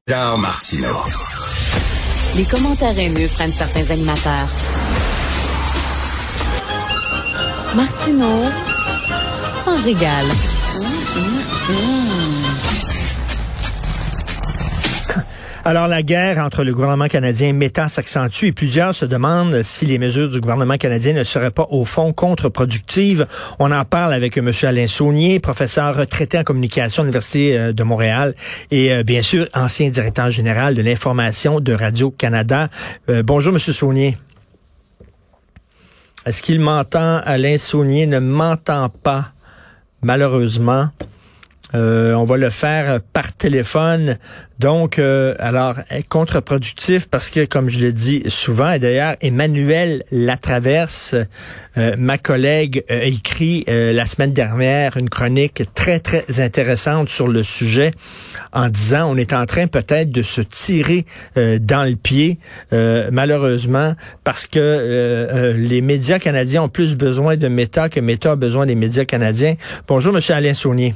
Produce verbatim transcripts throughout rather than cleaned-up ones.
Richard Martineau. Les commentaires haineux prennent certains animateurs. Martineau s'en régale. Mmh, mmh, mmh. Alors, la guerre entre le gouvernement canadien et Meta s'accentue et plusieurs se demandent si les mesures du gouvernement canadien ne seraient pas, au fond, contre-productives. On en parle avec M. Alain Saunier, professeur retraité en communication à l'Université de Montréal et, bien sûr, ancien directeur général de l'information de Radio-Canada. Euh, bonjour, M. Saunier. Est-ce qu'il m'entend? Alain Saunier ne m'entend pas, malheureusement. Euh, on va le faire par téléphone. Donc, euh, alors, contre-productif parce que, comme je le dis souvent, et d'ailleurs, Emmanuel Latraverse, euh, ma collègue, a écrit euh, la semaine dernière une chronique très, très intéressante sur le sujet en disant on est en train peut-être de se tirer euh, dans le pied, euh, malheureusement, parce que euh, euh, les médias canadiens ont plus besoin de Meta que Meta a besoin des médias canadiens. Bonjour, M. Alain Saunier.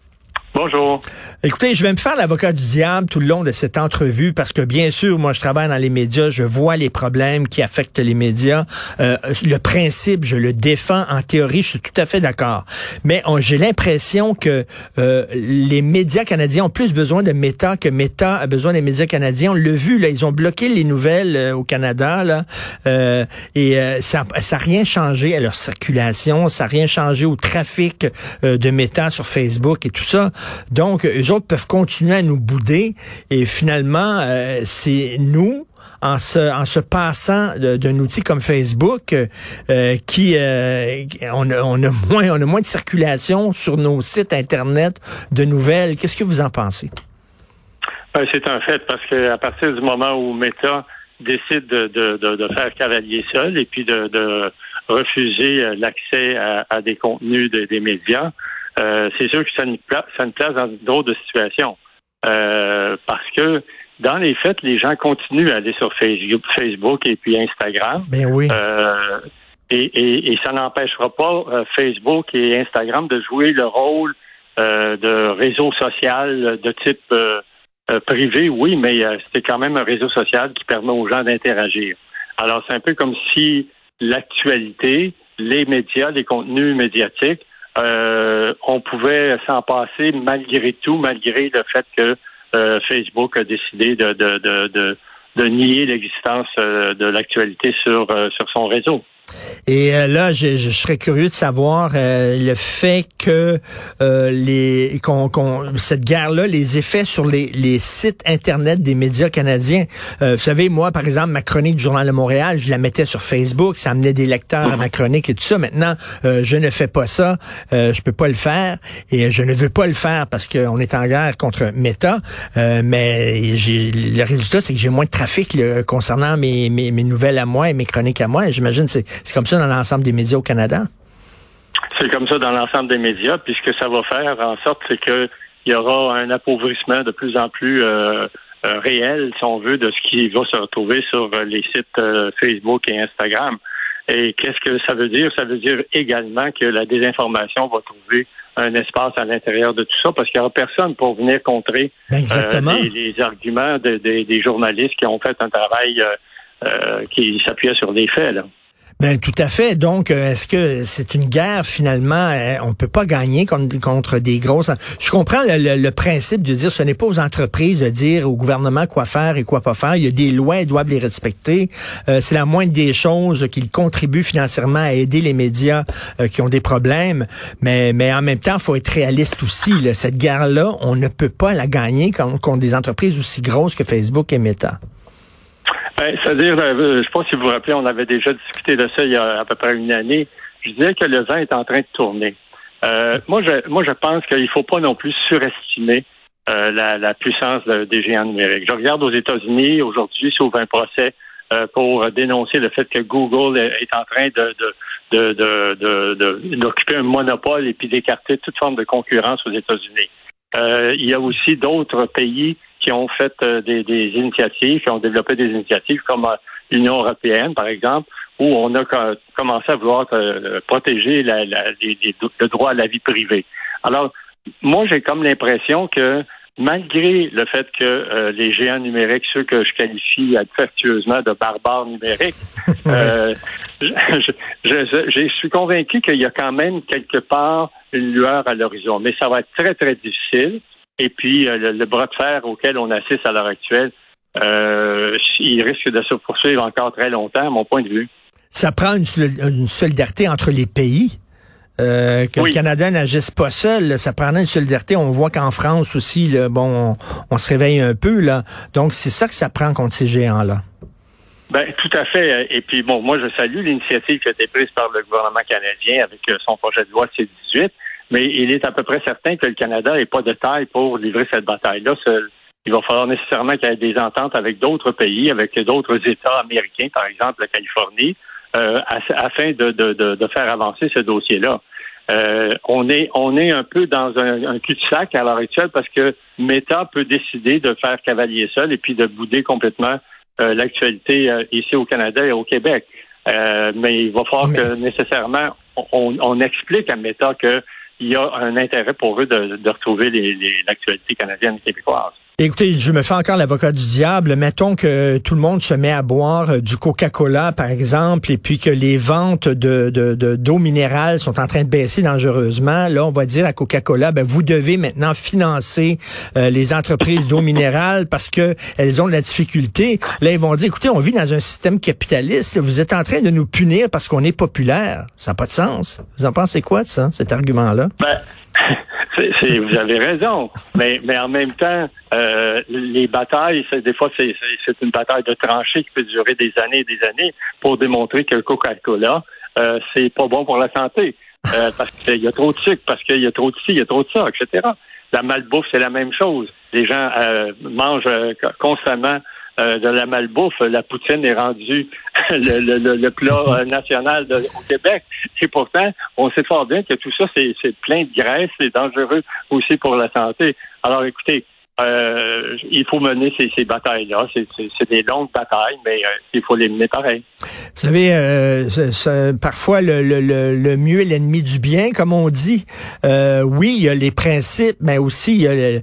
Bonjour. Écoutez, je vais me faire l'avocat du diable tout le long de cette entrevue parce que, bien sûr, moi, je travaille dans les médias, je vois les problèmes qui affectent les médias. Euh, le principe, je le défends. En théorie, je suis tout à fait d'accord. Mais on, j'ai l'impression que euh, les médias canadiens ont plus besoin de Meta que Meta a besoin des médias canadiens. On l'a vu, là, ils ont bloqué les nouvelles euh, au Canada, là, euh, et euh, ça n'a rien changé à leur circulation, ça n'a rien changé au trafic euh, de Meta sur Facebook et tout ça. Donc, eux autres peuvent continuer à nous bouder et finalement, euh, c'est nous, en se, en se passant de, d'un outil comme Facebook, euh, qui euh, on, a, on, a moins, on a moins de circulation sur nos sites Internet de nouvelles. Qu'est-ce que vous en pensez? Ben, c'est un fait parce que à partir du moment où Meta décide de, de, de, de faire cavalier seul et puis de, de refuser l'accès à, à des contenus de, des médias, Euh, c'est sûr que ça nous place, ça nous place dans d'autres situations. Euh, parce que, dans les faits, les gens continuent à aller sur Facebook et puis Instagram. Ben oui. Euh, et, et, et ça n'empêchera pas euh, Facebook et Instagram de jouer le rôle euh, de réseau social de type euh, euh, privé, oui, mais euh, c'est quand même un réseau social qui permet aux gens d'interagir. Alors, c'est un peu comme si l'actualité, les médias, les contenus médiatiques, Euh, on pouvait s'en passer malgré tout, malgré le fait que euh, Facebook a décidé de, de, de, de, de nier l'existence euh, de l'actualité sur, euh, sur son réseau. Et euh, là, je, je serais curieux de savoir euh, le fait que euh, les qu'on, qu'on, cette guerre-là, les effets sur les, les sites Internet des médias canadiens. Euh, vous savez, moi, par exemple, ma chronique du Journal de Montréal, je la mettais sur Facebook, ça amenait des lecteurs à ma chronique et tout ça. Maintenant, euh, je ne fais pas ça, euh, je peux pas le faire et je ne veux pas le faire parce qu'on est en guerre contre Meta. Euh, mais j'ai, le résultat, c'est que j'ai moins de trafic là, concernant mes, mes, mes nouvelles à moi et mes chroniques à moi. Et j'imagine que c'est C'est comme ça dans l'ensemble des médias au Canada? C'est comme ça dans l'ensemble des médias. Puis ce que ça va faire en sorte, c'est qu'il y aura un appauvrissement de plus en plus euh, euh, réel, si on veut, de ce qui va se retrouver sur les sites euh, Facebook et Instagram. Et qu'est-ce que ça veut dire? Ça veut dire également que la désinformation va trouver un espace à l'intérieur de tout ça parce qu'il n'y aura personne pour venir contrer Exactement. Euh, les, les arguments de, de, des journalistes qui ont fait un travail euh, euh, qui s'appuyait sur des faits, là. Ben tout à fait. Donc, euh, est-ce que c'est une guerre finalement? Euh, on peut pas gagner contre, contre des grosses. Je comprends le, le, le principe de dire ce n'est pas aux entreprises de dire au gouvernement quoi faire et quoi pas faire. Il y a des lois, ils doivent les respecter. Euh, c'est la moindre des choses qu'ils contribuent financièrement à aider les médias euh, qui ont des problèmes. Mais, mais en même temps, il faut être réaliste aussi. Là. Cette guerre-là, on ne peut pas la gagner contre, contre des entreprises aussi grosses que Facebook et Meta. Ben, c'est-à-dire, euh, je sais pas si vous vous rappelez, on avait déjà discuté de ça il y a à peu près une année. Je disais que le vent est en train de tourner. Euh, moi, je, moi, je pense qu'il faut pas non plus surestimer euh, la, la puissance de, des géants numériques. Je regarde aux États-Unis, aujourd'hui, s'ouvre un procès euh, pour dénoncer le fait que Google est en train de, de, de, de, de, de d'occuper un monopole et puis d'écarter toute forme de concurrence aux États-Unis. Euh, il y a aussi d'autres pays qui ont fait euh, des, des initiatives, qui ont développé des initiatives comme euh, l'Union européenne, par exemple, où on a co- commencé à vouloir euh, protéger la, la, les, les, le droit à la vie privée. Alors, moi, j'ai comme l'impression que malgré le fait que euh, les géants numériques, ceux que je qualifie affectueusement de barbares numériques, euh, je, je, je, je suis convaincu qu'il y a quand même quelque part une lueur à l'horizon. Mais ça va être très, très difficile. Et puis, euh, le, le bras de fer auquel on assiste à l'heure actuelle, euh, il risque de se poursuivre encore très longtemps, à mon point de vue. Ça prend une, une solidarité entre les pays. Euh, que oui. Le Canada n'agisse pas seul, là, ça prendrait une solidarité. On voit qu'en France aussi, là, bon, on, on se réveille un peu, là. Donc, c'est ça que ça prend contre ces géants-là. Ben, tout à fait. Et puis, bon, moi, je salue l'initiative qui a été prise par le gouvernement canadien avec son projet de loi C dix-huit, mais il est à peu près certain que le Canada n'est pas de taille pour livrer cette bataille-là. Il va falloir nécessairement qu'il y ait des ententes avec d'autres pays, avec d'autres États américains, par exemple la Californie, euh, afin de, de, de, de faire avancer ce dossier-là. Euh, on est on est un peu dans un, un cul-de-sac à l'heure actuelle parce que Meta peut décider de faire cavalier seul et puis de bouder complètement euh, l'actualité euh, ici au Canada et au Québec. Euh, mais il va falloir que nécessairement on, on explique à Meta qu'il y a un intérêt pour eux de, de retrouver les, les, l'actualité canadienne et québécoise. Écoutez, je me fais encore l'avocat du diable. Mettons que tout le monde se met à boire du Coca-Cola, par exemple, et puis que les ventes de, de, de, d'eau minérale sont en train de baisser dangereusement. Là, on va dire à Coca-Cola, ben, vous devez maintenant financer euh, les entreprises d'eau minérale parce que elles ont de la difficulté. Là, ils vont dire, écoutez, on vit dans un système capitaliste. Vous êtes en train de nous punir parce qu'on est populaire. Ça n'a pas de sens. Vous en pensez quoi de ça, cet argument-là? Ben... C'est, c'est, vous avez raison, mais, mais en même temps, euh, les batailles, c'est, des fois, c'est, c'est, c'est une bataille de tranchées qui peut durer des années et des années pour démontrer que le Coca-Cola, euh, c'est pas bon pour la santé, euh, parce qu'il y a trop de sucre, parce qu'il y a trop de ci, il y a trop de ça, et cetera. La malbouffe, c'est la même chose. Les gens euh, mangent euh, constamment euh, de la malbouffe. La poutine est rendue le, le, le plat national de, au Québec. Et pourtant, on sait fort bien que tout ça, c'est, c'est plein de graisse, c'est dangereux aussi pour la santé. Alors, écoutez, euh, il faut mener ces, ces batailles-là. C'est, c'est, c'est des longues batailles, mais euh, il faut les mener pareil. Vous savez, euh, c'est, c'est, parfois, le, le, le mieux est l'ennemi du bien, comme on dit. Euh, oui, il y a les principes, mais aussi, il y a le...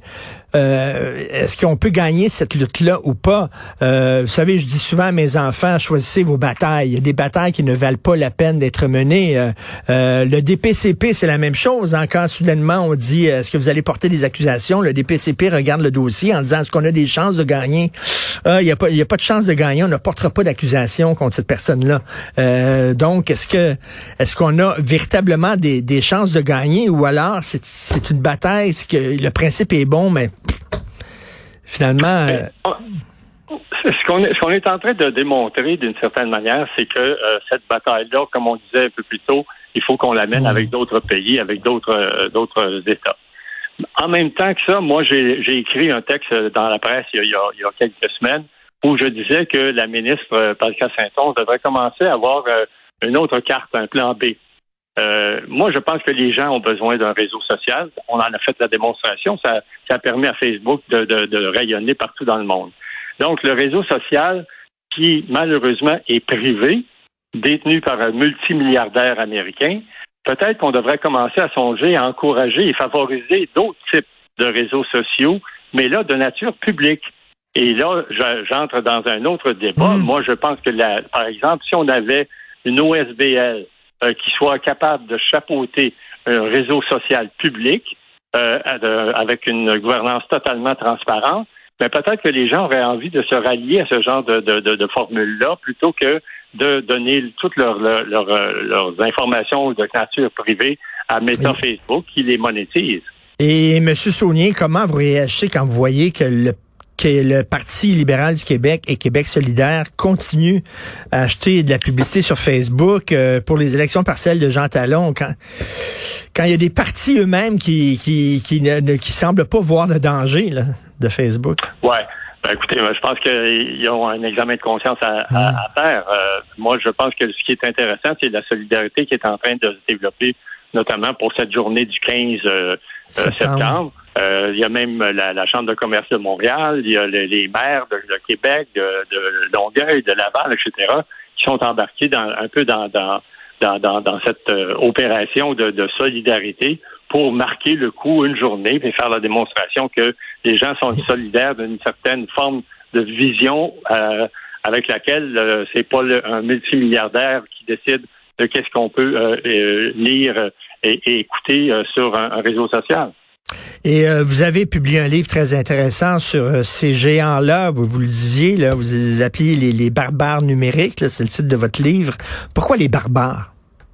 Euh, est-ce qu'on peut gagner cette lutte-là ou pas? Euh, vous savez, je dis souvent à mes enfants, choisissez vos batailles. Il y a des batailles qui ne valent pas la peine d'être menées. Euh, euh, le D P C P, c'est la même chose. Hein? Quand soudainement on dit, est-ce que vous allez porter des accusations? Le D P C P regarde le dossier en disant, est-ce qu'on a des chances de gagner? Ah, il n'y a pas, il y a pas de chance de gagner. On ne portera pas d'accusation contre cette personne-là. Euh, donc, est-ce que, est-ce qu'on a véritablement des, des chances de gagner ou alors c'est, c'est une bataille, c'est que le principe est bon, mais finalement... Euh... Ce qu'on, est, ce qu'on est en train de démontrer d'une certaine manière, c'est que euh, cette bataille-là, comme on disait un peu plus tôt, il faut qu'on l'amène mmh. avec d'autres pays, avec d'autres, euh, d'autres États. En même temps que ça, moi, j'ai, j'ai écrit un texte dans la presse il y, a, il y a quelques semaines où je disais que la ministre euh, Pascal Saint-Onge devrait commencer à avoir euh, une autre carte, un plan B. Euh, moi, je pense que les gens ont besoin d'un réseau social. On en a fait la démonstration. Ça, ça a permis à Facebook de, de, de rayonner partout dans le monde. Donc, le réseau social, qui malheureusement est privé, détenu par un multimilliardaire américain, peut-être qu'on devrait commencer à songer à encourager et favoriser d'autres types de réseaux sociaux, mais là, de nature publique. Et là, j'entre dans un autre débat. Mmh. Moi, je pense que, la, par exemple, si on avait une O S B L euh, qui soit capable de chapeauter un réseau social public euh, avec une gouvernance totalement transparente, mais peut-être que les gens auraient envie de se rallier à ce genre de, de, de, de formule-là plutôt que de donner toutes leurs, leurs, leurs, leurs informations de nature privée à Meta oui. Facebook qui les monétise. Et M. Saunier, comment vous réagissez quand vous voyez que le que le Parti libéral du Québec et Québec solidaire continuent à acheter de la publicité sur Facebook euh, pour les élections partielles de Jean Talon, quand quand il y a des partis eux-mêmes qui qui qui ne qui semblent pas voir le danger là, de Facebook? Ouais. Ben, écoutez, je pense qu'ils ont un examen de conscience à, à, à faire. Euh, moi, je pense que ce qui est intéressant, c'est la solidarité qui est en train de se développer, notamment pour cette journée du quinze euh, septembre. septembre. Euh, il y a même la, la Chambre de commerce de Montréal, il y a les, les maires de, de Québec, de, de Longueuil, de Laval, et cetera, qui sont embarqués dans, un peu dans, dans, dans, dans, dans cette euh, opération de, de solidarité pour pour marquer le coup une journée et faire la démonstration que les gens sont solidaires d'une certaine forme de vision euh, avec laquelle euh, c'est pas le, un multimilliardaire qui décide de qu'est-ce qu'on peut euh, euh, lire et, et écouter euh, sur un, un réseau social. Et euh, vous avez publié un livre très intéressant sur euh, ces géants-là. Vous, vous le disiez, là, vous les appelez les, les barbares numériques. Là, c'est le titre de votre livre. Pourquoi les barbares?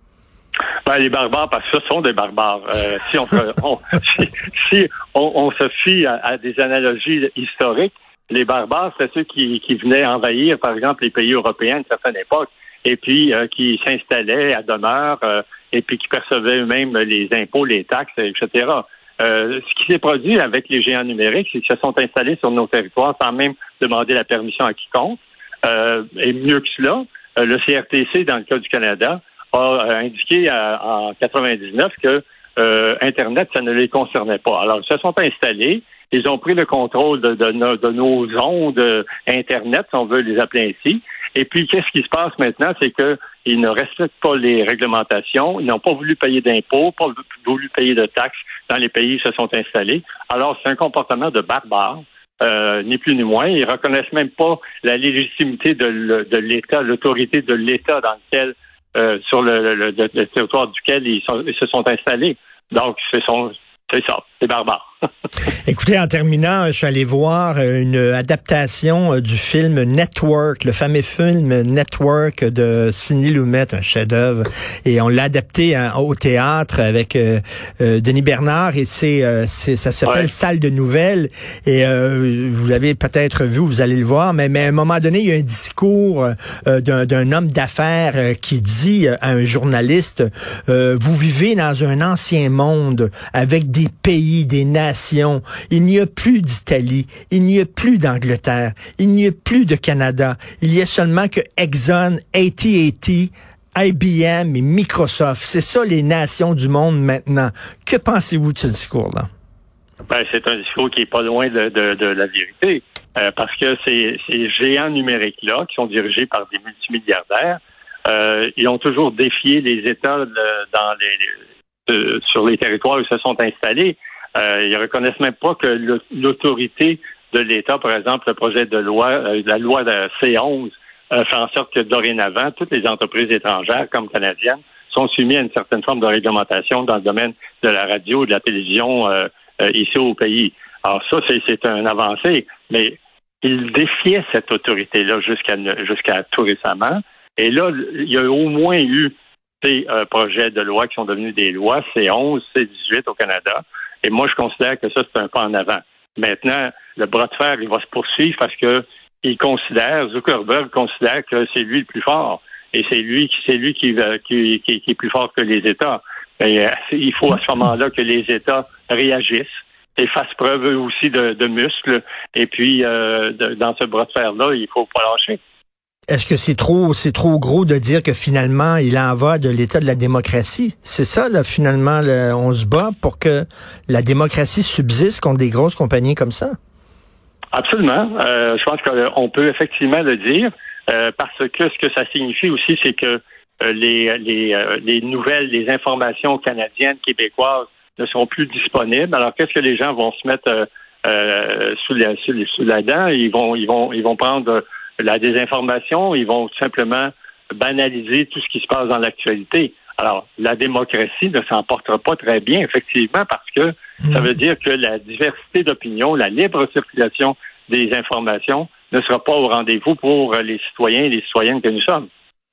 Ben, les barbares, parce que ce sont des barbares. Euh, si on, on, si, si on, on se fie à, à des analogies historiques, les barbares, c'est ceux qui, qui venaient envahir, par exemple, les pays européens à une certaine époque, et puis euh, qui s'installaient à demeure, euh, et puis qui percevaient eux-mêmes les impôts, les taxes, et cetera. Euh, ce qui s'est produit avec les géants numériques, c'est qu'ils se sont installés sur nos territoires sans même demander la permission à quiconque. Euh, et mieux que cela, euh, le C R T C, dans le cas du Canada, a indiqué euh, en quatre-vingt-dix-neuf que euh, Internet, ça ne les concernait pas. Alors, ils se sont installés, ils ont pris le contrôle de, de, de, de nos ondes Internet, si on veut les appeler ainsi. Et puis, qu'est-ce qui se passe maintenant? C'est qu'ils ne respectent pas les réglementations, ils n'ont pas voulu payer d'impôts, pas voulu payer de taxes dans les pays où ils se sont installés. Alors, c'est un comportement de barbare, euh, ni plus ni moins. Ils reconnaissent même pas la légitimité de, le, de l'État, l'autorité de l'État dans lequel Euh, sur le, le, le, le territoire duquel ils, sont, ils se sont installés. Donc, ce sont, c'est ça, c'est barbare. Écoutez, en terminant, je suis allé voir une adaptation du film Network, le fameux film Network de Sidney Lumet, un chef-d'œuvre, et on l'a adapté hein, au théâtre avec euh, euh, Denis Bernard, et c'est, euh, c'est ça s'appelle ouais. Salle de nouvelles, et euh, vous l'avez peut-être vu, vous allez le voir, mais, mais à un moment donné, il y a un discours euh, d'un, d'un homme d'affaires euh, qui dit à un journaliste, euh, vous vivez dans un ancien monde avec des pays, des nations. Il n'y a plus d'Italie, il n'y a plus d'Angleterre, il n'y a plus de Canada. Il y a seulement que Exxon, A T and T, I B M et Microsoft. C'est ça les nations du monde maintenant. Que pensez-vous de ce discours-là? Ben, c'est un discours qui est pas loin de, de, de la vérité, euh, parce que ces, ces géants numériques-là, qui sont dirigés par des multimilliardaires, euh, ils ont toujours défié les États le, dans les, euh, sur les territoires où ils se sont installés. Euh, ils reconnaissent même pas que l'autorité de l'État, par exemple, le projet de loi, euh, la loi de C onze, euh, fait en sorte que dorénavant, toutes les entreprises étrangères, comme canadiennes, sont soumises à une certaine forme de réglementation dans le domaine de la radio, de la télévision, euh, euh, ici au pays. Alors ça, c'est, c'est un avancé, mais ils défiaient cette autorité-là jusqu'à, jusqu'à tout récemment. Et là, il y a au moins eu ces euh, projets de loi qui sont devenus des lois, C onze, C dix-huit au Canada. Et moi, je considère que ça, c'est un pas en avant. Maintenant, le bras de fer, il va se poursuivre parce que il considère, Zuckerberg considère que c'est lui le plus fort. Et c'est lui qui, c'est lui qui, qui, qui, qui est plus fort que les États. Et, il faut à ce moment-là que les États réagissent et fassent preuve eux aussi de, de muscles. Et puis, euh, de, dans ce bras de fer-là, il faut pas lâcher. Est-ce que c'est trop, c'est trop gros de dire que finalement, il en va de l'état de la démocratie? C'est ça, là, finalement, là, on se bat pour que la démocratie subsiste contre des grosses compagnies comme ça? Absolument. Euh, je pense qu'on peut effectivement le dire, euh, parce que ce que ça signifie aussi, c'est que euh, les, les, euh, les nouvelles, les informations canadiennes, québécoises ne sont plus disponibles. Alors, qu'est-ce que les gens vont se mettre euh, euh, sous, la, sous, sous la dent? Ils vont, ils vont, ils vont prendre la désinformation, ils vont tout simplement banaliser tout ce qui se passe dans l'actualité. Alors, la démocratie ne s'en portera pas très bien, effectivement, parce que mmh. ça veut dire que la diversité d'opinion, la libre circulation des informations ne sera pas au rendez-vous pour les citoyens et les citoyennes que nous sommes.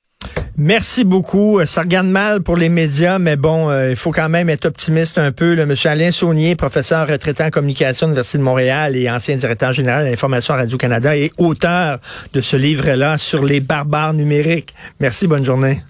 Merci beaucoup. Ça regarde mal pour les médias, mais bon, euh, il faut quand même être optimiste un peu. Là. Monsieur Alain Saunier, professeur retraité en communication à l'Université de Montréal et ancien directeur général de l'Information à Radio-Canada et auteur de ce livre-là sur les barbares numériques. Merci, bonne journée.